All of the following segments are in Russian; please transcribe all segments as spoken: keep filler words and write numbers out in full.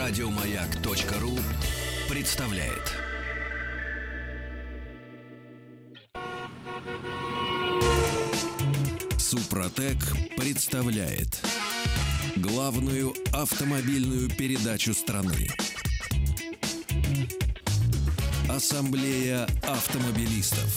Радиомаяк.ру представляет. Супротек представляет главную автомобильную передачу страны. Ассамблея автомобилистов.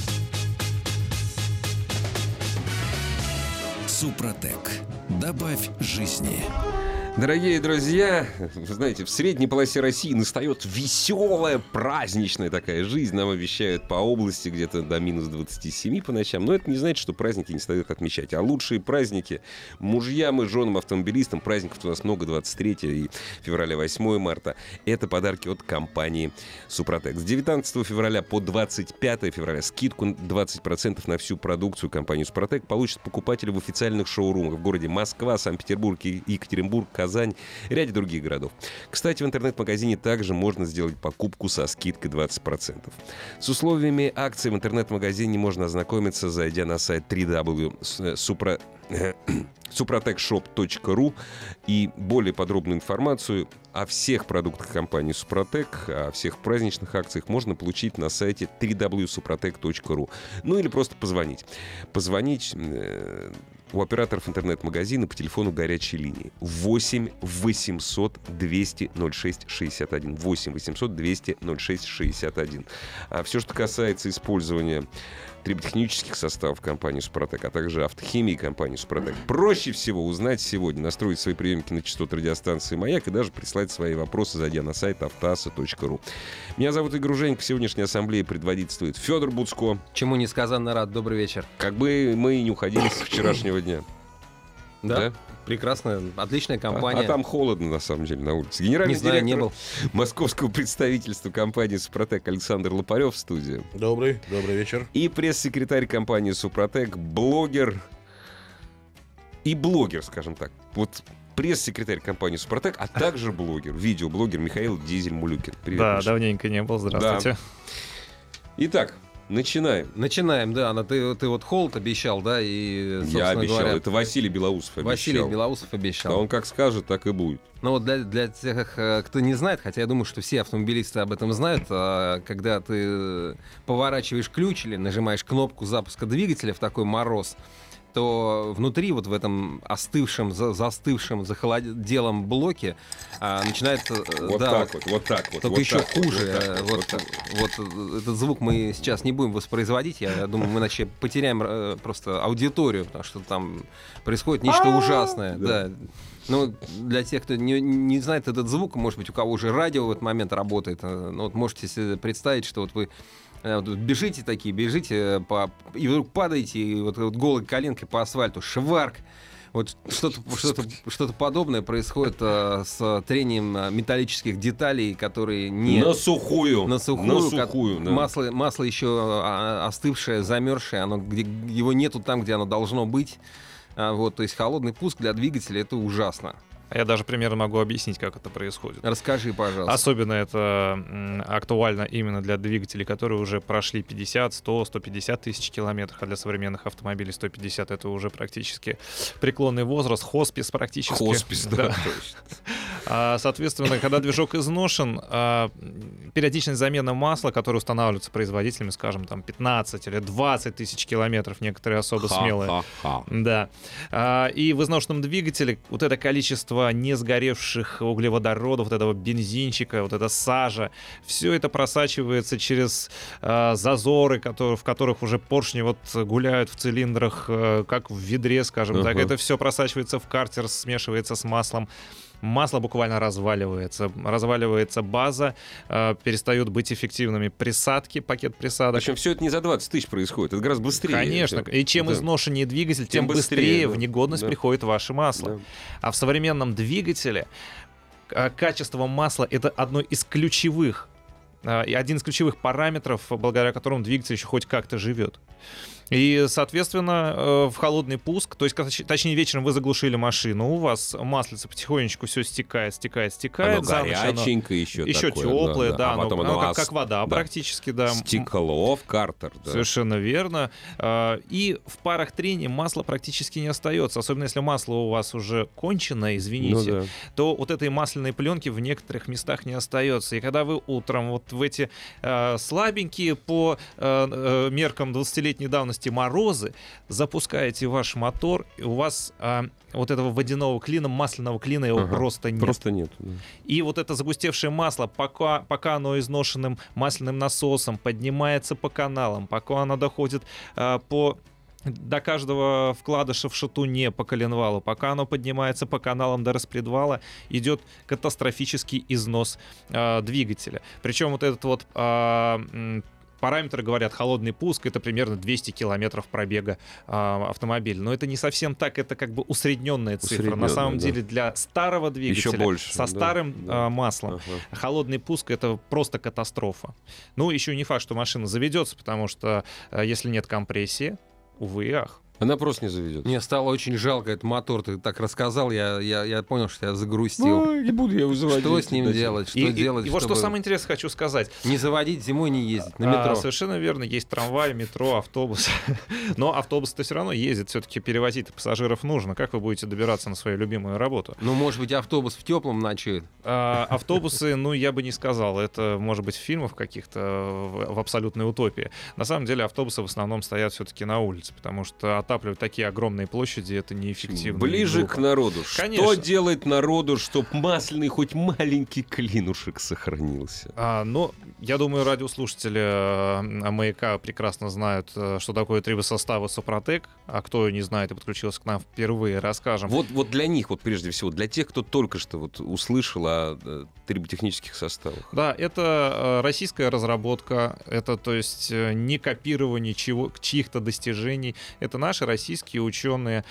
Супротек. Добавь жизни. Дорогие друзья, вы знаете, в средней полосе России настает веселая, праздничная такая жизнь. Нам обещают по области где-то до минус двадцати семи по ночам. Но это не значит, что праздники не стоит отмечать. А лучшие праздники мужьям и женам автомобилистам, праздников у нас много, двадцать третьего и февраля, восьмое марта, это подарки от компании Супротек. С девятнадцатого февраля по двадцать пятое февраля скидку двадцать процентов на всю продукцию компании Супротек получат покупатели в официальных шоурумах в городе Москва, Санкт-Петербург, Екатеринбург, Казань и ряде других городов. Кстати, в интернет-магазине также можно сделать покупку со скидкой двадцать процентов. С условиями акции в интернет-магазине можно ознакомиться, зайдя на сайт дабл ю дабл ю дабл ю точка супра супротек шоп точка ру, и более подробную информацию о всех продуктах компании Супротек, о всех праздничных акциях можно получить на сайте дабл ю дабл ю дабл ю точка супротек точка ру. Ну или просто позвонить. Позвонить э, у операторов интернет-магазина по телефону горячей линии восемь восемьсот двести ноль шесть шестьдесят один. восемь восемьсот двести ноль шесть шестьдесят один. А все, что касается использования триботехнических составов компании Супротек, а также автохимии компании Супротек, проще всего узнать сегодня, настроить свои приемники на частоту радиостанции «Маяк» и даже прислать свои вопросы, зайдя на сайт автоаса точка ру. Меня зовут Игорь Ужеников. В сегодняшней ассамблее предводительствует Федор Буцко. Чему несказанно рад. Добрый вечер. Как бы мы и не уходили с вчерашнего дня. Да, да? Прекрасная, отличная компания. А, а там холодно, на самом деле, на улице. Генеральный не знаю, директор не был. московского представительства компании Супротек Александр Лопарев в студии. Добрый, добрый вечер. И пресс-секретарь компании Супротек, блогер и блогер, скажем так. Вот пресс-секретарь компании Супротек, а также блогер, видеоблогер Михаил Дизель-Мулюкин. Привет, да, Миша. давненько не был. Здравствуйте. Да. Итак, начинаем. Начинаем, да. Ты, ты вот холод обещал, да? И, Я обещал. Говоря, это Василий Белоусов обещал. Василий Белоусов обещал. Да, он как скажет, так и будет. Ну вот для, для тех, кто не знает, хотя я думаю, что все автомобилисты об этом знают, когда ты поворачиваешь ключ или нажимаешь кнопку запуска двигателя в такой мороз, то внутри, вот в этом остывшем, за, застывшем, захолоделом блоке а, начинает... Вот да, так вот, вот так вот. Только вот еще так хуже. Вот, вот, вот, вот, вот, вот этот звук мы сейчас не будем воспроизводить. Я думаю, мы иначе потеряем э, просто аудиторию, потому что там происходит нечто ужасное. Да. Ну, для тех, кто не, не знает этот звук, может быть, у кого уже радио в этот момент работает, ну, вот можете себе представить, что вот вы бежите такие, бежите, по, и вдруг падаете, и вот, вот голой коленкой по асфальту, шварк. Вот что-то, что-то, что-то подобное происходит а, с трением металлических деталей, которые не... На сухую. На сухую. На сухую, как, да. масло, масло еще остывшее, замерзшее, оно, где, его нету там, где оно должно быть. А, вот, то есть холодный пуск для двигателя — это ужасно. Я даже примерно могу объяснить, как это происходит. Расскажи, пожалуйста. Особенно это м, актуально именно для двигателей, которые уже прошли пятьдесят, сто, сто пятьдесят тысяч километров, а для современных автомобилей сто пятьдесят — это уже практически преклонный возраст, хоспис практически. Хоспис, да, да. точно. А, соответственно, когда движок изношен, а, периодичность замены масла, которая устанавливается производителями, скажем, там пятнадцать или двадцать тысяч километров, некоторые особо смелые. Ха-ха-ха. Да. А, и в изношенном двигателе вот это количество не сгоревших углеводородов, вот этого бензинчика, вот эта сажа, все это просачивается через а, зазоры, которые, в которых уже поршни вот гуляют в цилиндрах, а, как в ведре, скажем uh-huh. так. Это все просачивается в картер, смешивается с маслом. Масло буквально разваливается. Разваливается база, э, перестают быть эффективными присадки, пакет присадок. Причем все это не за двадцать тысяч происходит, это гораздо быстрее. Конечно. И чем да. изношеннее двигатель, тем, тем быстрее, быстрее в да. негодность да. приходит ваше масло. Да. А в современном двигателе э, качество масла — это одно из ключевых, э, один из ключевых параметров, благодаря которому двигатель еще хоть как-то живет. И, соответственно, э, в холодный пуск, то есть, точ- точнее, вечером вы заглушили машину, у вас маслице потихонечку все стекает, стекает, стекает. Оно За ночь оно горяченькое еще еще такое, теплое, да, а оно, потом оно оно как, ос- как вода да. практически, да. Стекло в картер, да. Совершенно верно. А, И в парах трения масла практически не остается. Особенно если масло у вас уже кончено, извините, Ну да. то вот этой масляной пленки в некоторых местах не остается. И когда вы утром вот в эти э, слабенькие по э, э, меркам двадцатилетней давности морозы запускаете ваш мотор, и у вас э, вот этого водяного клина, масляного клина его Ага. просто нет. Просто нет. да. И вот это загустевшее масло, пока, пока оно изношенным масляным насосом поднимается по каналам, пока оно доходит э, по до каждого вкладыша в шатуне по коленвалу, пока оно поднимается по каналам до распредвала, идет катастрофический износ э, двигателя. Причем вот этот вот э, м, параметры говорят, холодный пуск — это примерно двести километров пробега э, автомобиля. Но это не совсем так, это как бы усредненная цифра. На Усредненная, самом да. деле для старого двигателя Еще больше, со да, старым да. э, маслом Ага. холодный пуск — это просто катастрофа. Ну, еще не факт, что машина заведется, потому что э, если нет компрессии, увы и ах. Она просто не заведет. Мне стало очень жалко этот мотор. Ты так рассказал, я, я, я понял, что я загрустил. Ну, не буду я его заводить. Что с ним Дайте. делать? Что И, и- делать? и вот что чтобы самое интересное хочу сказать. Не заводить зимой, не ездить на А, метро. совершенно верно, есть трамвай, метро, автобус. Но автобус-то все равно ездит, все-таки перевозить пассажиров нужно. Как вы будете добираться на свою любимую работу? Ну, может быть, автобус в теплом ночует. А, автобусы, ну, я бы не сказал. Это, может быть, в фильмах каких-то в, в абсолютной утопии. На самом деле автобусы в основном стоят все-таки на улице, потому что отапливать такие огромные площади — это неэффективно. и Ближе глупо. к народу. Конечно. Что делать народу, чтобы масляный хоть маленький клинушек сохранился? А, ну, я думаю, радиослушатели э, «Маяка» прекрасно знают, э, что такое трибосоставы «Супротек». А кто не знает и подключился к нам впервые, расскажем. Вот, вот для них, вот прежде всего, для тех, кто только что вот услышал о э, триботехнических составах. Да, это э, российская разработка, это, то есть, э, не копирование чего, чьих-то достижений. Это наши российские ученые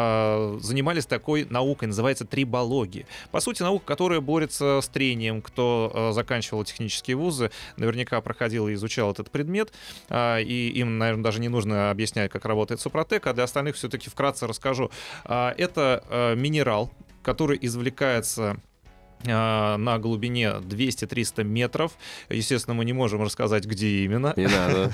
э, занимались такой наукой, называется трибология. По сути, наука, которая борется с трением. Кто э, заканчивал технические вузы, наверняка проходил и изучал этот предмет, э, и им, наверное, даже не нужно объяснять, как работает Супротек, а для остальных все-таки вкратце расскажу. Э, это э, минерал, который извлекается на глубине двести-триста метров. Естественно, мы не можем рассказать, где именно. Не надо.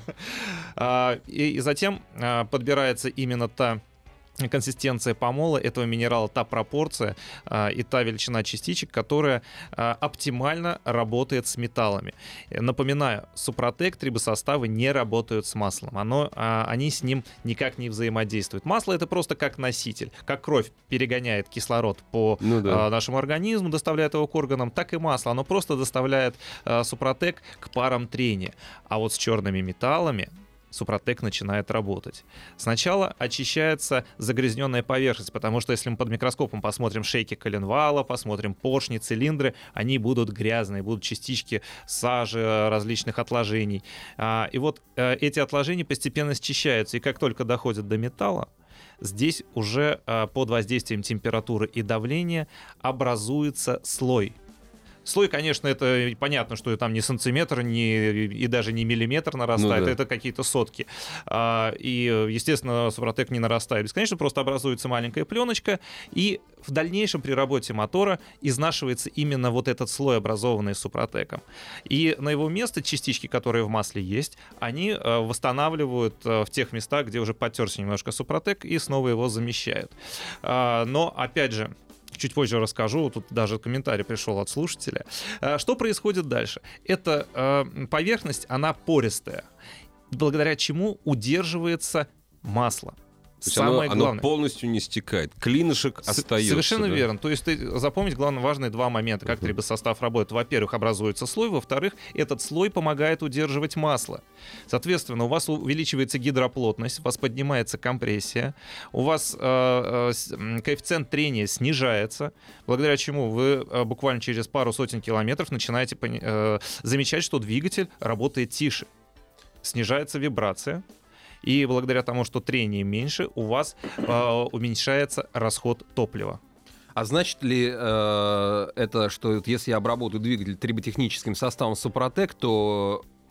И затем подбирается именно та консистенция помола этого минерала, та пропорция э, и та величина частичек, которая э, оптимально работает с металлами. Напоминаю, Супротек, трибосоставы не работают с маслом. Оно, э, они с ним никак не взаимодействуют. Масло — это просто как носитель. Как кровь перегоняет кислород по Ну да. э, нашему организму, доставляет его к органам, так и масло. Оно просто доставляет э, Супротек к парам трения. А вот с черными металлами Супротек начинает работать. Сначала очищается загрязненная поверхность, потому что если мы под микроскопом посмотрим шейки коленвала, посмотрим поршни, цилиндры, они будут грязные, будут частички сажи, различных отложений. А, И вот э, эти отложения постепенно счищаются, и как только доходят до металла, здесь уже э, под воздействием температуры и давления образуется слой. Слой, конечно, это понятно, что там не сантиметр, не, и даже не миллиметр нарастает, Ну да. это какие-то сотки. А, и, естественно, Супротек не нарастает бесконечно, просто образуется маленькая пленочка, и в дальнейшем при работе мотора изнашивается именно вот этот слой, образованный Супротеком. И на его место частички, которые в масле есть, они э, восстанавливают э, в тех местах, где уже потерся немножко Супротек, и снова его замещают. А, но, опять же, чуть позже расскажу, тут даже комментарий пришел от слушателя. А, Что происходит дальше? Эта э, поверхность, она пористая, благодаря чему удерживается масло. То есть Самое оно, оно главное. полностью не стекает. Клинышек С- остается. Совершенно да? верно. То есть ты запомнить главное, важные два момента, как Мгм. трибосостав работает. Во-первых, образуется слой, во-вторых, этот слой помогает удерживать масло. Соответственно, у вас увеличивается гидроплотность, у вас поднимается компрессия, у вас э, э, с- м, коэффициент трения снижается, благодаря чему вы э, буквально через пару сотен километров начинаете пони- э, замечать, что двигатель работает тише. Снижается вибрация. И благодаря тому, что трение меньше, у вас э, уменьшается расход топлива. А значит ли э, это, что вот если я обработаю двигатель триботехническим составом Супротек, то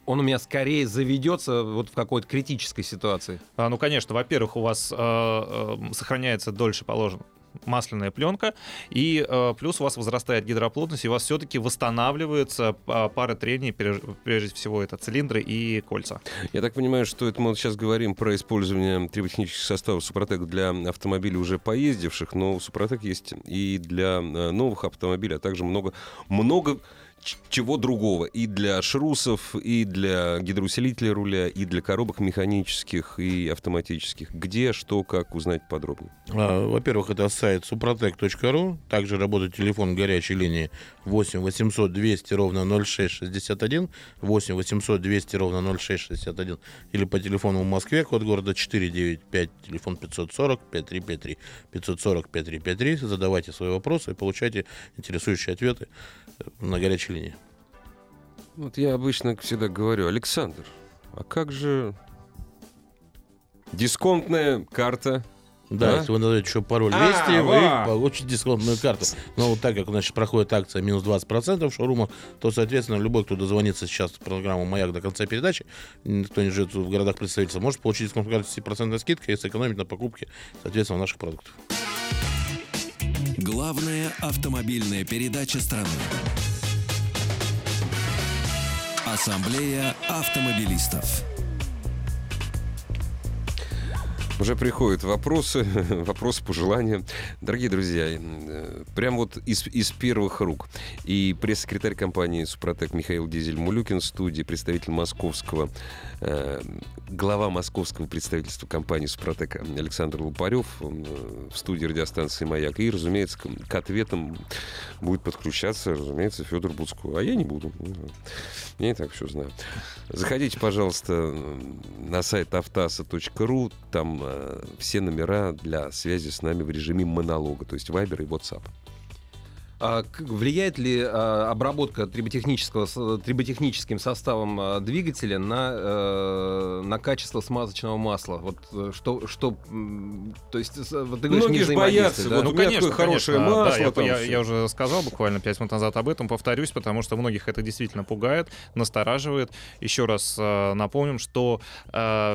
он у меня скорее заведется вот в какой-то критической ситуации? А, ну, конечно, во-первых, у вас э, э, сохраняется дольше положено масляная пленка, и э, плюс у вас возрастает гидроплотность, и у вас все-таки восстанавливается э, пара трений, прежде всего это цилиндры и кольца. Я так понимаю, что это мы вот сейчас говорим про использование триботехнических составов Супротек для автомобилей, уже поездивших, но у Супротек есть и для э, новых автомобилей, а также много, много чего другого. И для шрусов, и для гидроусилителя руля, и для коробок механических и автоматических. Где, что, как узнать подробнее? Во-первых, это сайт супротек точка ру. Также работает телефон горячей линии восемь восемьсот двести ровно ноль шесть шестьдесят один. восемь восемьсот двести ровно ноль шесть шестьдесят один. Или по телефону в Москве, код города четыре девять пять, телефон пятьсот сорок пятьдесят три пятьдесят три. пятьсот сорок пятьдесят три пятьдесят три. Задавайте свои вопросы и получайте интересующие ответы на горячей линии. Вот я обычно всегда говорю: Александр, а как же дисконтная карта? Да, А? если вы назовете еще пароль А, вести, вы во! получите дисконтную карту. Но вот так как, значит, проходит акция минус двадцать процентов в шоурумах, то, соответственно, любой, кто дозвонится сейчас в программу «Маяк» до конца передачи, кто не живет в городах представительства, может получить дисконтную карту с десять процентов скидкой и сэкономить на покупке, соответственно, наших продуктов. Главная автомобильная передача страны. Ассамблея автомобилистов. Уже приходят вопросы, вопросы, пожелания. Дорогие друзья, прям вот из, из первых рук. И пресс-секретарь компании «Супротек» Михаил Дизель-Мулюкин в студии, представитель московского, э, глава московского представительства компании «Супротек» Александр Лопарев в студии радиостанции «Маяк». И, разумеется, к, к ответам будет подключаться, разумеется, Федор Буцко. А я не буду. Я и так все знаю. Заходите, пожалуйста, на сайт автаса точка ру. Там э, все номера для связи с нами в режиме монолога, то есть Viber и WhatsApp. А влияет ли а, обработка триботехнического, триботехническим составом а, двигателя на, а, на качество смазочного масла? Вот что, что, то есть, вот ты говоришь, Многие не же боятся, да? вот Ну, у меня конечно, такое хорошее конечно. масло. Да, я, там я, всё. я уже сказал буквально пять минут назад об этом, повторюсь, потому что многих это действительно пугает, настораживает. Еще раз э, напомним, что э,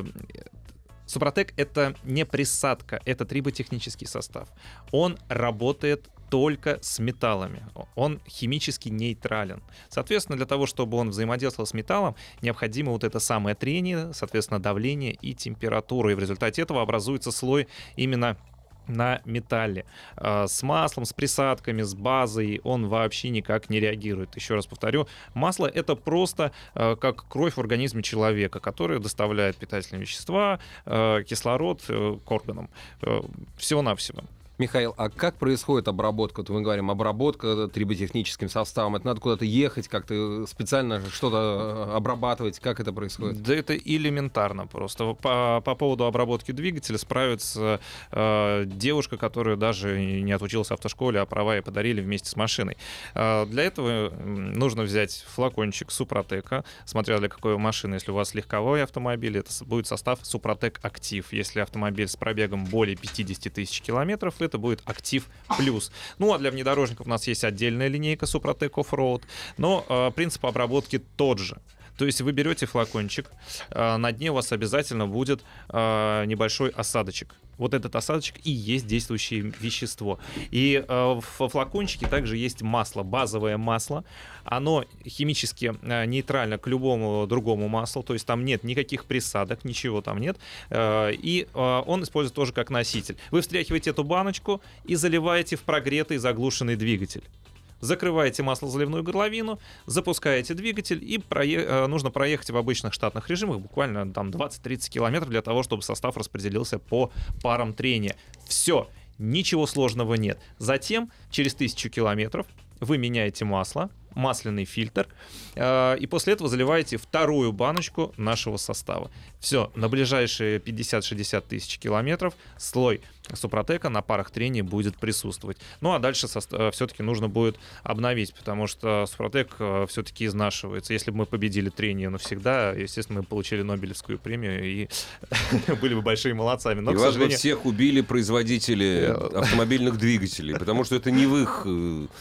Супротек — это не присадка, это триботехнический состав. Он работает только с металлами. Он химически нейтрален. Соответственно, для того, чтобы он взаимодействовал с металлом, необходимо вот это самое трение, соответственно, давление и температура. И в результате этого образуется слой именно на металле. С маслом, с присадками, с базой он вообще никак не реагирует. Еще раз повторю, масло — это просто как кровь в организме человека, которая доставляет питательные вещества, кислород к органам. Всего-навсего. Михаил, а как происходит обработка? Вот мы говорим, обработка триботехническим составом. Это надо куда-то ехать, как-то специально что-то обрабатывать? Как это происходит? Да это элементарно просто. По, по поводу обработки двигателя справится э, девушка, которая даже не отучилась в автошколе, а права ей подарили вместе с машиной. Э, для этого нужно взять флакончик Супротека, смотря для какой машины. Если у вас легковой автомобиль, это будет состав Супротек Актив. Если автомобиль с пробегом более пятьдесят тысяч километров, это будет Актив Плюс. Ну, а для внедорожников у нас есть отдельная линейка Супротек Offroad, но э, принцип обработки тот же. То есть вы берете флакончик, э, на дне у вас обязательно будет э, небольшой осадочек. Вот этот осадочек и есть действующее вещество. И э, в флакончике также есть масло, базовое масло. Оно химически э, нейтрально к любому другому маслу, то есть там нет никаких присадок, ничего там нет. Э, и э, он используется тоже как носитель. Вы встряхиваете эту баночку и заливаете в прогретый заглушенный двигатель. Закрываете маслозаливную горловину, запускаете двигатель, и прое... нужно проехать в обычных штатных режимах буквально там двадцать-тридцать километров для того, чтобы состав распределился по парам трения. Все, ничего сложного нет. Затем, через тысячу километров, вы меняете масло, масляный фильтр, э, и после этого заливаете вторую баночку нашего состава. Все, на ближайшие пятьдесят-шестьдесят тысяч километров слой Супротека на парах трения будет присутствовать. Ну а дальше со- все-таки нужно будет обновить, потому что Супротек э, все-таки изнашивается. Если бы мы победили трение навсегда, естественно, мы получили Нобелевскую премию и были бы большими молодцами. Но, И к вас бы сожалению... всех убили производители автомобильных двигателей, потому что это не в их...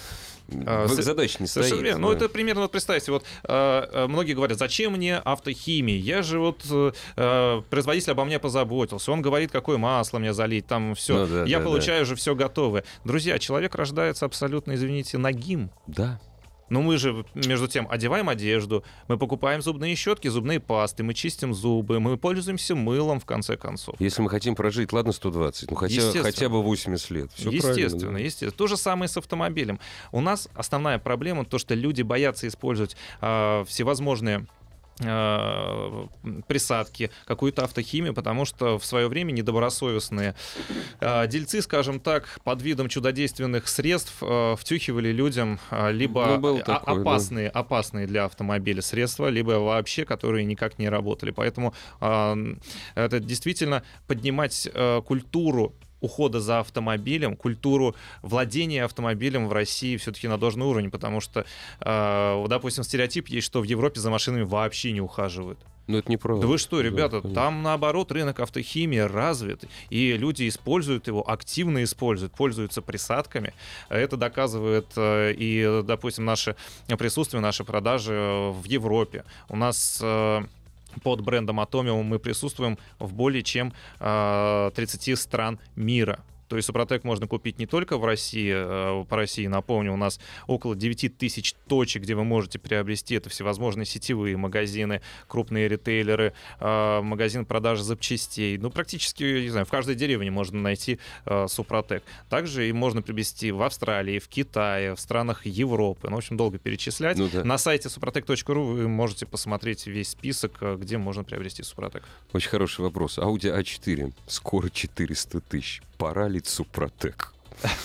А, Вы с- задача не Совершенно стоит. верно. Ну, да. это примерно, вот представьте, вот э, э, многие говорят, зачем мне автохимия? Я же вот, э, э, производитель обо мне позаботился, он говорит, какое масло мне залить, там все. Ну да, Я да, получаю уже все готовое. Друзья, человек рождается абсолютно, извините, нагим. Да. Но мы же, между тем, одеваем одежду, мы покупаем зубные щетки, зубные пасты, мы чистим зубы, мы пользуемся мылом, в конце концов. Если мы хотим прожить, ладно, сто двадцать, ну хотя, Естественно. хотя бы восемьдесят лет. Всё Естественно, правильно, да. естественно. То же самое с автомобилем. У нас основная проблема то, что люди боятся использовать э, всевозможные э, присадки, какую-то автохимию, потому что в свое время недобросовестные э, дельцы, скажем так, под видом чудодейственных средств э, втюхивали людям э, либо Ну, был о- такой, да. опасные, опасные для автомобиля средства, либо вообще, которые никак не работали. Поэтому э, это действительно поднимать э, культуру ухода за автомобилем, культуру владения автомобилем в России все-таки на должный уровень, потому что, э, допустим, стереотип есть, что в Европе за машинами вообще не ухаживают. Ну это неправда. Да вы что, ребята, конечно. там наоборот рынок автохимии развит, и люди используют его, активно используют, пользуются присадками. Это доказывает э, и, допустим, наше присутствие, наши продажи в Европе. У нас э, под брендом Atomium мы присутствуем в более чем э, тридцати стран мира. То есть Супротек можно купить не только в России. э, По России, напомню, у нас около девять тысяч точек, где вы можете приобрести. Это всевозможные сетевые магазины, крупные ритейлеры, э, магазин продажи запчастей. Ну, практически, не знаю, в каждой деревне можно найти э, Супротек. Также и можно приобрести в Австралии, в Китае, в странах Европы. Ну, в общем, долго перечислять. Ну да. На сайте супротек точка ру вы можете посмотреть весь список, э, где можно приобрести Супротек. Очень хороший вопрос. Audi а четыре. Скоро четыреста тысяч. Пора ли Супротек?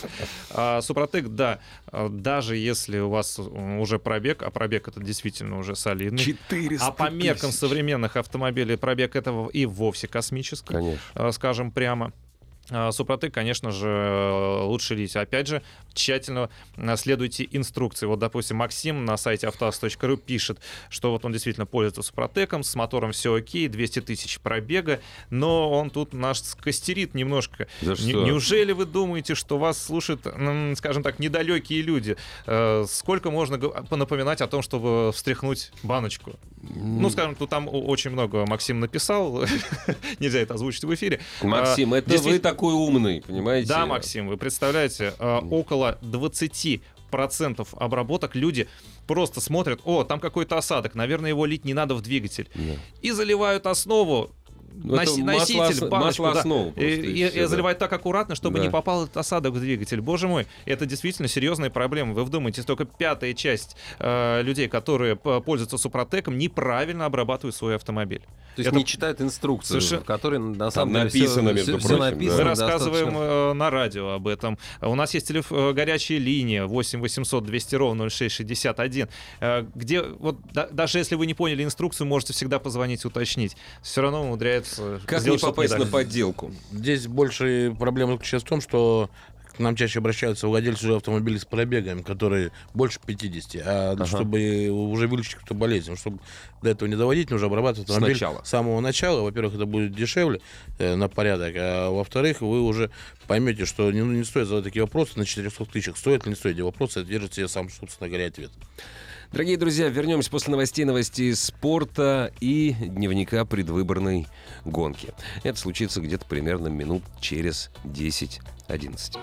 А, Супротек, да, а, даже если у вас м, уже пробег, а пробег это действительно уже солидный, четыреста а по меркам тысяч. современных автомобилей пробег этого и вовсе космический, Конечно. а, скажем прямо. А, Супротек, конечно же, э, лучше лить. Опять же, тщательно а, следуйте инструкции. Вот, допустим, Максим на сайте автоаз точка ру пишет, что вот он действительно пользуется Супротеком, с мотором все окей, двести тысяч пробега, но он тут наш костерит немножко. За Не- что? Неужели вы думаете, что вас слушают, м, скажем так, недалекие люди? Э, Сколько можно г- напоминать о том, чтобы встряхнуть баночку? Ну, скажем, тут там о- очень много Максим написал, нельзя это озвучить в эфире. Максим, А, это вы действительно- такой умный, понимаете? Да, Максим, вы представляете, э, около двадцати процентов обработок люди просто смотрят, о, там какой-то осадок, наверное, его лить не надо в двигатель. Да. И заливают основу, Ну, это носи- масло носитель, ос- баночку, масло да. основы просто, И, и и- всё, и да. заливать так аккуратно, чтобы Да. не попал этот осадок в двигатель. Боже мой, это действительно серьезная проблема. Вы вдумайтесь, только пятая часть э, людей, которые п- пользуются Супротеком, неправильно обрабатывают свой автомобиль. То есть Это не читают инструкцию, совершенно- в которой на самом деле написано, всё- между всё прочим, да. написано Мы рассказываем достаточно. э, на радио об этом. У нас есть телеф- э, горячая линия восемь восемьсот двести ровно ноль шесть шестьдесят один, э, где вот да- даже если вы не поняли инструкцию, можете всегда позвонить, уточнить. Все равно умудряется Как не сделать что-то попасть не на так. подделку? Здесь больше проблема заключается в том, что к нам чаще обращаются владельцы автомобилей с пробегами, которые больше пятидесяти, а Ага. чтобы уже вылечить какую-то болезнь, чтобы до этого не доводить, нужно обрабатывать автомобиль Сначала. с самого начала. Во-первых, это будет дешевле э, на порядок, а во-вторых, вы уже поймете, что не, не стоит задавать такие вопросы на четырехсот тысячах, стоит или не стоит. Эти вопросы держит себе сам, собственно говоря, ответ. Дорогие друзья, вернемся после новостей, новостей спорта и дневника предвыборной гонки. Это случится где-то примерно минут через десять-одиннадцать.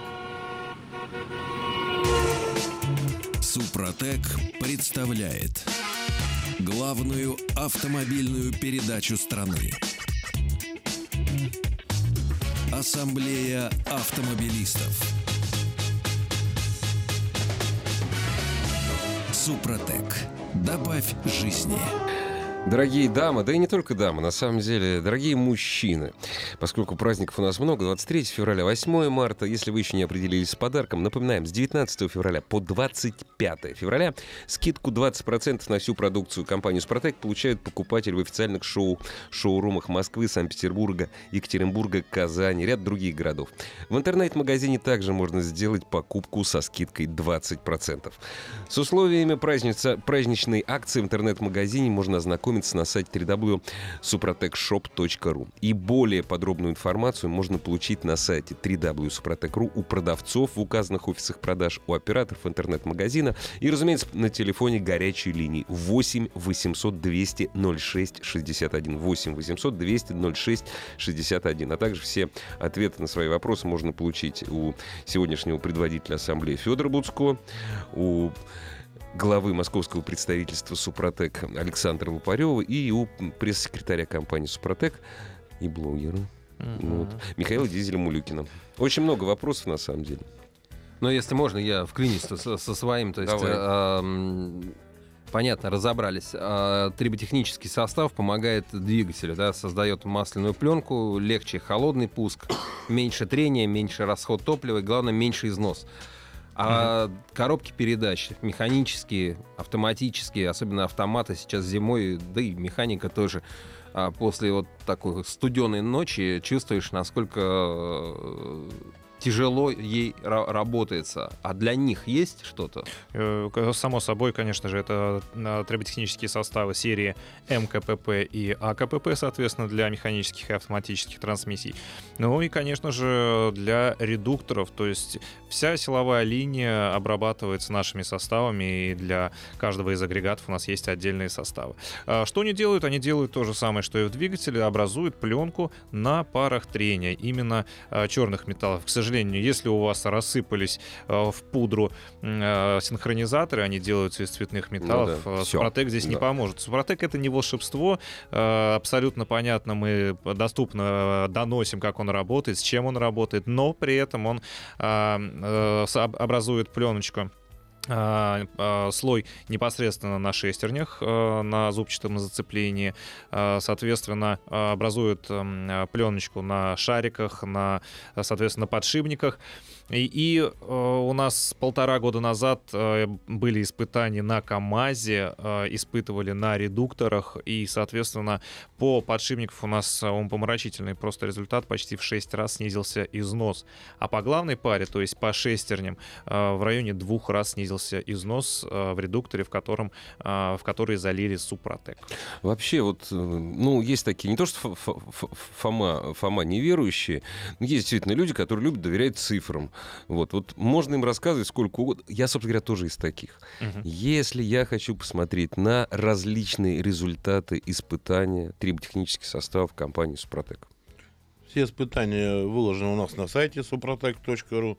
Супротек представляет главную автомобильную передачу страны. Ассамблея автомобилистов. Супротек. Добавь жизни. Дорогие дамы, да и не только дамы, на самом деле, дорогие мужчины, поскольку праздников у нас много, двадцать третьего февраля, восьмого марта, если вы еще не определились с подарком, напоминаем, с девятнадцатого февраля по двадцать пятое февраля скидку двадцать процентов на всю продукцию компании «Супротек» получают покупатели в официальных шоу, шоурумах Москвы, Санкт-Петербурга, Екатеринбурга, Казани, ряд других городов. В интернет-магазине также можно сделать покупку со скидкой двадцать процентов. С условиями праздница, праздничной акции в интернет-магазине можно ознакомиться ознакомиться на сайте дабл ю дабл ю дабл ю точка супротек шоп точка ру. И более подробную информацию можно получить на сайте дабл ю дабл ю дабл ю точка супротек точка ру у продавцов в указанных офисах продаж, у операторов интернет-магазина и, разумеется, на телефоне горячей линии восемь восемьсот двести ноль шесть шестьдесят один. восемь восемьсот двести ноль шесть шестьдесят один. А также все ответы на свои вопросы можно получить у сегодняшнего предводителя ассамблеи Федора Буцко, у главы московского представительства «Супротек» Александра Лупарева и у пресс-секретаря компании «Супротек» и блогера mm-hmm. вот, Михаила Дизеля-Мулюкина. Очень много вопросов, на самом деле. Но если можно, я вклинюсь со, со своим. То есть, э, понятно, разобрались. Э, триботехнический состав помогает двигателю, да, создает масляную пленку, легче холодный пуск, меньше трения, меньше расход топлива и, главное, меньше износ. А mm-hmm. коробки передач механические, автоматические, особенно автоматы сейчас зимой, да и механика тоже, а после вот такой студеной ночи чувствуешь, насколько тяжело ей ра- работается. А для них есть что-то? Само собой, конечно же, это триботехнические составы серии эм ка пэ пэ и а ка пэ пэ, соответственно, для механических и автоматических трансмиссий. Ну и, конечно же, для редукторов, то есть вся силовая линия обрабатывается нашими составами, и для каждого из агрегатов у нас есть отдельные составы. Что они делают? Они делают то же самое, что и в двигателе, образуют пленку на парах трения, именно черных металлов. К сожалению, если у вас рассыпались в пудру синхронизаторы, они делаются из цветных металлов, ну, да. Супротек здесь да. не поможет. Супротек — это не волшебство, абсолютно понятно, мы доступно доносим, как он работает, с чем он работает, но при этом он образует пленочку, слой непосредственно на шестернях, на зубчатом зацеплении, соответственно, образует пленочку на шариках, на, соответственно, подшипниках. И, и э, у нас полтора года назад э, были испытания на КАМАЗе, э, испытывали на редукторах, и, соответственно, по подшипникам у нас умопомрачительный просто результат, почти в шесть раз снизился износ. А по главной паре, то есть по шестерням, э, в районе двух раз снизился износ э, в редукторе, в, котором, э, в который залили Супротек. Вообще, вот, ну, есть такие, не то что Фома, Фома неверующие, но есть действительно люди, которые любят доверять цифрам. Вот, вот можно им рассказывать сколько угодно. Я, собственно говоря, тоже из таких. Uh-huh. Если я хочу посмотреть на различные результаты испытания триботехнических составов компании «Супротек». Все испытания выложены у нас на сайте супротек точка ру.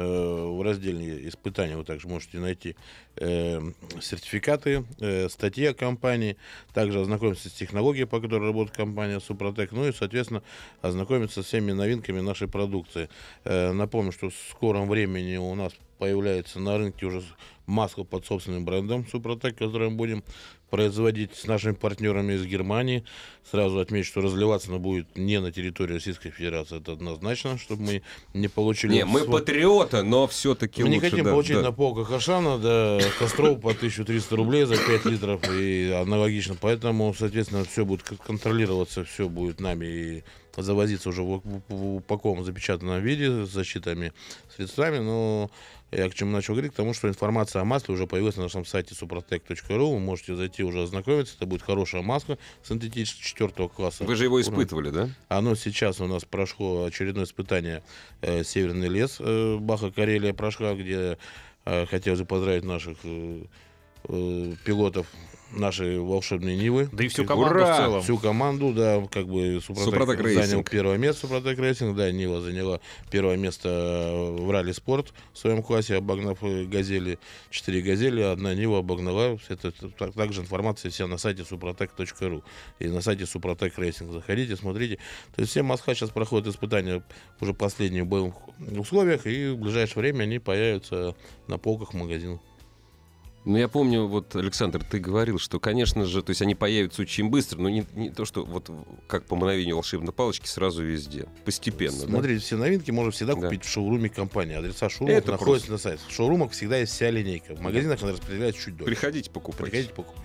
В разделе испытания вы также можете найти э, сертификаты, э, статьи о компании, также ознакомиться с технологией, по которой работает компания Супротек, ну и, соответственно, ознакомиться с всеми новинками нашей продукции. Э, напомню, что в скором времени у нас появляется на рынке уже маска под собственным брендом Супротек, которую мы будем производить с нашими партнерами из Германии. Сразу отмечу, что разливаться она будет не на территории Российской Федерации, это однозначно, чтобы мы не получили... Не, мы свой... патриоты, но все-таки мы лучше... Мы не хотим да, получить да. на полках Ашана, да, Костров по тысяча триста рублей за пять литров и аналогично. Поэтому, соответственно, все будет контролироваться, все будет нами и завозиться уже в, в, в упакованном запечатанном виде с защитными средствами, но я к чему начал говорить, к тому, что информация о масле уже появилась на нашем сайте супротек точка ру, вы можете зайти уже ознакомиться, это будет хорошая маска синтетическая четвертого класса. Вы же его испытывали, да? Оно сейчас у нас прошло очередное испытание э, «Северный лес», э, Баха Карелия прошла, где э, хотел бы поздравить наших э, э, пилотов, наши волшебные Нивы. Да и всю команду Ура! в целом. Всю команду, да, как бы Супротек, Супротек занял Рейсинг. первое место, Супротек Рейсинг, да, Нива заняла первое место в ралли спорт в своем классе, обогнав Газели, четыре Газели, одна Нива обогнала. Это также информация вся на сайте супротек точка ру и на сайте Супротек Рейсинг. Заходите, смотрите. То есть все Москва сейчас проходят испытания уже последние в боевых условиях, и в ближайшее время они появятся на полках магазинов. Ну, я помню, вот, Александр, ты говорил, что, конечно же, то есть они появятся очень быстро, но не, не то, что вот как по мановению волшебной палочки сразу везде. Постепенно. Смотрите, да? все новинки можно всегда да. купить в шоуруме компании. Адреса шоурумов Это находятся просто. на сайте. В шоурумах всегда есть вся линейка. В магазинах она распределяется чуть дольше. Приходите покупать. Приходите покупать.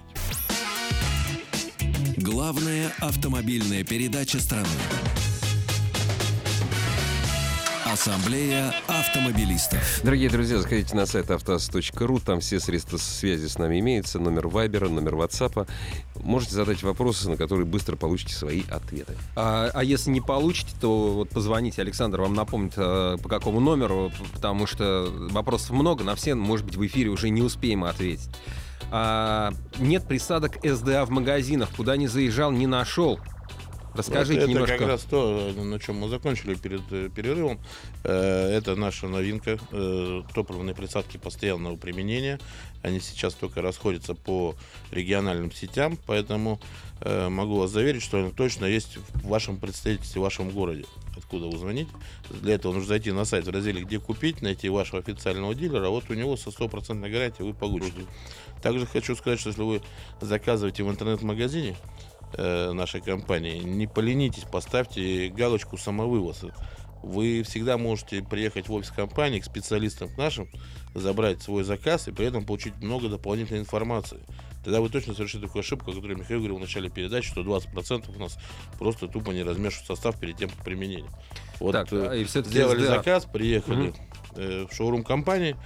Главная автомобильная передача страны. Ассамблея автомобилистов. Дорогие друзья, заходите на сайт автоаз точка ру, там все средства связи с нами имеются, номер Вайбера, номер Ватсапа. Можете задать вопросы, на которые быстро получите свои ответы. А, а если не получите, то вот позвоните, Александр вам напомнит, а, по какому номеру, потому что вопросов много, на все, может быть, в эфире уже не успеем ответить. А, нет присадок эс ди эй в магазинах, куда не заезжал, не нашел. Расскажите это немножко. Это как раз то, на чем мы закончили перед перерывом. Это наша новинка. Топливные присадки постоянного применения. Они сейчас только расходятся по региональным сетям, поэтому могу вас заверить, что они точно есть в вашем представительстве, в вашем городе. Откуда вы звоните. Для этого нужно зайти на сайт в разделе «Где купить», найти вашего официального дилера, а вот у него со стопроцентной гарантией вы получите. Также хочу сказать, что если вы заказываете в интернет-магазине нашей компании, не поленитесь, поставьте галочку «Самовывоз». Вы всегда можете приехать в офис компании к специалистам нашим, забрать свой заказ и при этом получить много дополнительной информации. Тогда вы точно совершите такую ошибку, о которой Михаил говорил в начале передачи, что двадцать процентов у нас просто тупо не размешивают состав перед тем, как применение. Вот Так, э, и сделали эс ди эй. заказ, приехали Угу. э, в шоурум компании.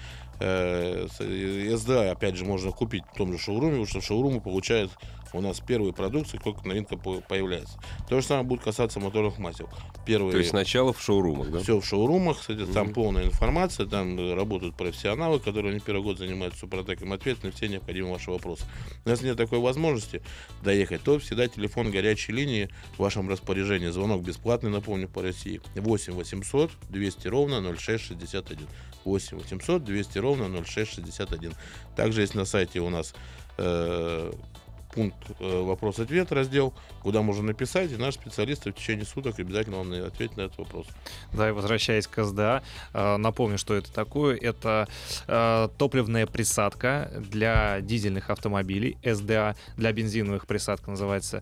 эс ди эй, опять же, можно купить в том же шоуруме, потому что в шоурумы получают у нас первые продукции, как новинка появляется. То же самое будет касаться моторных масел. Первые... То есть сначала в шоурумах, да? Все в шоурумах, кстати, там Мгм. полная информация, там работают профессионалы, которые не первый год занимаются Супротеком, ответят на все необходимые ваши вопросы. Но если нет такой возможности доехать, то всегда телефон горячей линии в вашем распоряжении. Звонок бесплатный, напомню, по России. восемь восемьсот двести ровно ноль шесть шестьдесят один. восемь восемьсот двести ровно ноль шесть шестьдесят один. Также есть на сайте у нас э, пункт э, вопрос-ответ, раздел, куда можно написать, и наши специалисты в течение суток обязательно вам ответят на этот вопрос. Да, и возвращаясь к эс ди эй, э, напомню, что это такое. Это э, топливная присадка для дизельных автомобилей, эс ди эй, для бензиновых присадка называется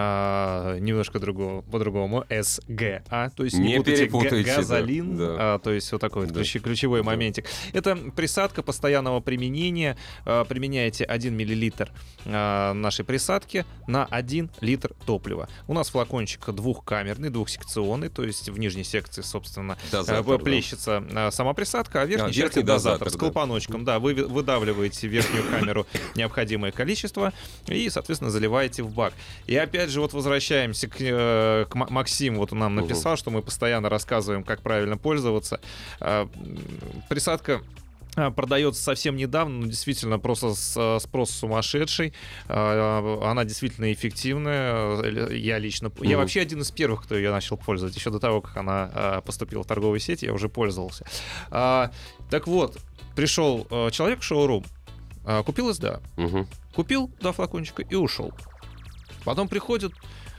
э, немножко другого, по-другому, эс джи эй, то есть не, Не путайте перепутайте, га- газолин, да, да. а, то есть вот такой вот Да. ключ- ключевой Да. моментик. Это присадка постоянного применения, э, применяете один миллилитр э, нашей присадки на один литр топлива. У нас флакончик двухкамерный, двухсекционный, то есть в нижней секции, собственно, Дозатор, э, да. плещется э, сама присадка, а в верхней А, части верхний дозатор, дозатор, с да. клапаночком. Да, вы ви- выдавливаете в верхнюю камеру необходимое количество и, соответственно, заливаете в бак. И опять же, вот возвращаемся к, э, к Ма- Максим, вот он нам Мгм. написал, что мы постоянно рассказываем, как правильно пользоваться. А, м, Присадка а, продается совсем недавно, но действительно просто с- спрос сумасшедший. А, Она действительно эффективная. Я лично... Я Мгм. вообще один из первых, кто ее начал пользовать. Еще до того, как она а, поступила в торговые сети, я уже пользовался. А, Так вот, пришел а, человек в шоурум, а, купил эс ди эй, Мгм. купил два флакончика и ушел. Потом приходит,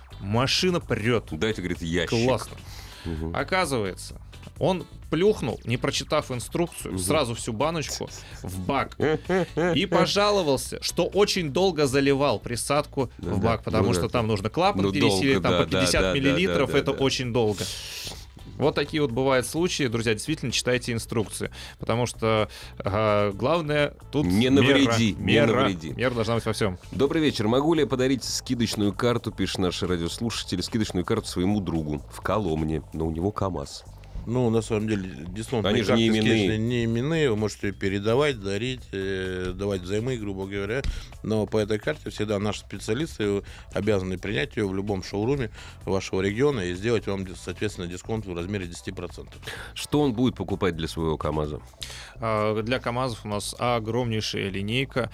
машина прет. Дайте, говорит, ящик. Классно. Мгм. Оказывается, он плюхнул, не прочитав инструкцию, Мгм. сразу всю баночку в бак и пожаловался, что очень долго заливал присадку Да, в да. бак, потому Ну что да. там нужно клапан Ну, пересилить, долго, там да, по да, пятьдесят да, да, миллилитров, да, это да. очень долго. Вот такие вот бывают случаи, друзья, действительно читайте инструкции, потому что э, главное тут Не мера, навреди, не мера, навреди. мера должна быть во всем. Добрый вечер. Могу ли я подарить скидочную карту, пишет наш радиослушатель, скидочную карту своему другу в Коломне, но у него КамАЗ. Ну, на самом деле, дисконтные Они же карты не именные. скидочные не именные, вы можете ее передавать, дарить, э, давать взаймы, грубо говоря. Но по этой карте всегда наши специалисты обязаны принять ее в любом шоуруме вашего региона и сделать вам, соответственно, дисконт в размере десять процентов. Что он будет покупать для своего КамАЗа? А, Для КамАЗов у нас огромнейшая линейка.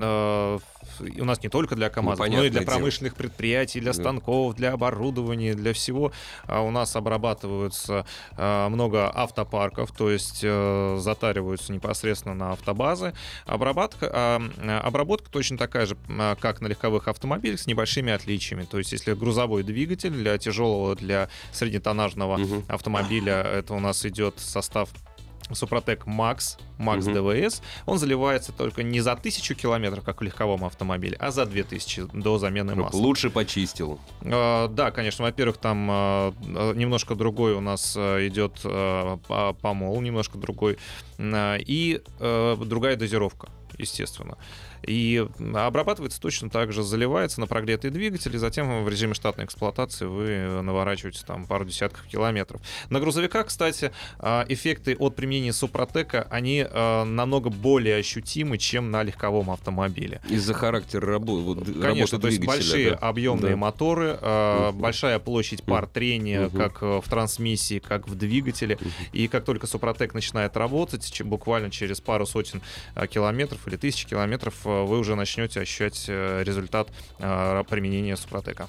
А, У нас не только для КамАЗов, но и понятное для дело. промышленных предприятий, для Да. станков, для оборудования, для всего. А У нас обрабатываются а, много автопарков, то есть э, затариваются непосредственно на автобазы. Обработка, а, обработка точно такая же, а, как на легковых автомобилях, с небольшими отличиями. То есть если грузовой двигатель для тяжелого, для среднетоннажного Мгм. автомобиля, это у нас идет состав Супротек Макс, Макс Мгм. ДВС, он заливается только не за тысячу километров, как в легковом автомобиле, а за две тысячи до замены масла. Лучше почистил. Э, Да, конечно, во-первых, там э, э, немножко другой у нас э, идет э, по- помол, немножко другой, э, и э, другая дозировка, естественно. И обрабатывается точно так же, заливается на прогретый двигатель, и затем в режиме штатной эксплуатации вы наворачиваете там пару десятков километров. На грузовиках, кстати, э, эффекты от применения Супротека, они э, намного более ощутимы, чем на легковом автомобиле. Из-за характера рабо- вот, д- Конечно, работы то есть двигателя, большие да. объемные Да. моторы, э, Мгм. большая площадь пар трения, Мгм. как э, в трансмиссии, как в двигателе. Мгм. И как только Супротек начинает работать, че- буквально через пару сотен э, километров или тысяч километров, э, вы уже начнете ощущать э, результат э, применения Супротека.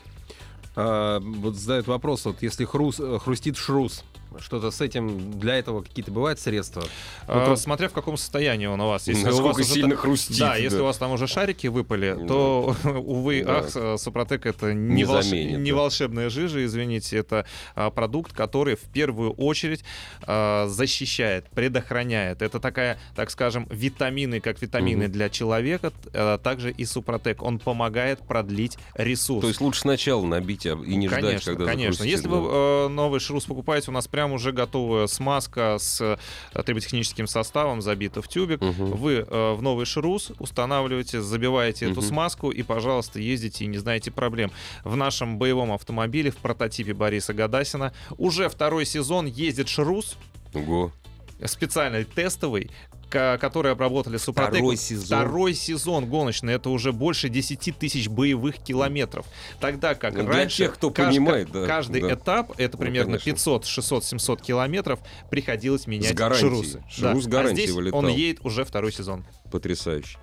А, вот задают вопрос, вот если хрус, э, хрустит шрус, что-то с этим, для этого какие-то бывают средства? Э, Ну, то- Смотря в каком состоянии он у вас. Если у Насколько вас уже сильно та- хрустит. Да, если да. у вас там уже шарики выпали, то, увы, Да. ах, э, Супротек — это не, Не волш- заменит, не да. волшебная жижа, извините, это а, продукт, который в первую очередь а, защищает, предохраняет. Это такая, так скажем, витамины, как витамины Мгм. для человека, т- а также и Супротек. Он помогает продлить ресурс. То есть лучше сначала набить а, и не ждать, Конечно, когда конечно. захрустит, Если да. вы э, новый шрус покупаете, у нас прям уже готовая смазка с э, триботехническим составом, забита в тюбик. Мгм. Вы э, в новый шрус устанавливаете, забиваете эту Мгм. смазку и, пожалуйста, ездите и не знаете проблем. В нашем боевом автомобиле, в прототипе Бориса Гадасина, уже второй сезон ездит шрус, Ого. специальный тестовый, ка- который обработали Супротек. Второй сезон. Второй сезон гоночный. Это уже больше десяти тысяч боевых километров. Тогда как Ну, для раньше тех, кто кажд- понимает, да, каждый да. этап, это Ну, примерно конечно. пятьсот, шестьсот, семьсот километров, приходилось менять гарантией. шрусы. Шрус с Да. гарантией А здесь вылетал. он едет уже второй сезон. Потрясающе.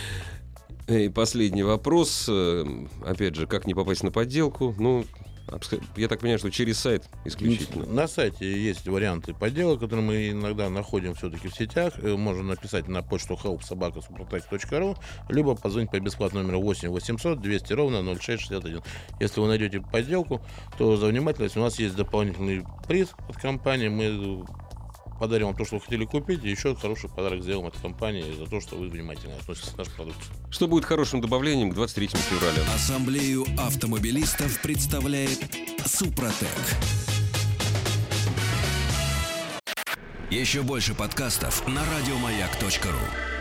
И последний вопрос. Э, Опять же, как не попасть на подделку? Ну, абс- я так понимаю, что через сайт исключительно. На сайте есть варианты подделок, которые мы иногда находим все-таки в сетях. Э, Можно написать на почту help собака супротек точка ру, либо позвонить по бесплатному номеру восемь восемьсот двести ровно ноль шесть шестьдесят один. Если вы найдете подделку, то за внимательность у нас есть дополнительный приз от компании. Мы подарим вам то, что вы хотели купить, и еще хороший подарок сделаем от компании за то, что вы внимательно относитесь к нашей продукции. Что будет хорошим добавлением к двадцать третьему февраля? Ассамблею автомобилистов представляет Супротек. Еще больше подкастов на радиомаяк точка ру.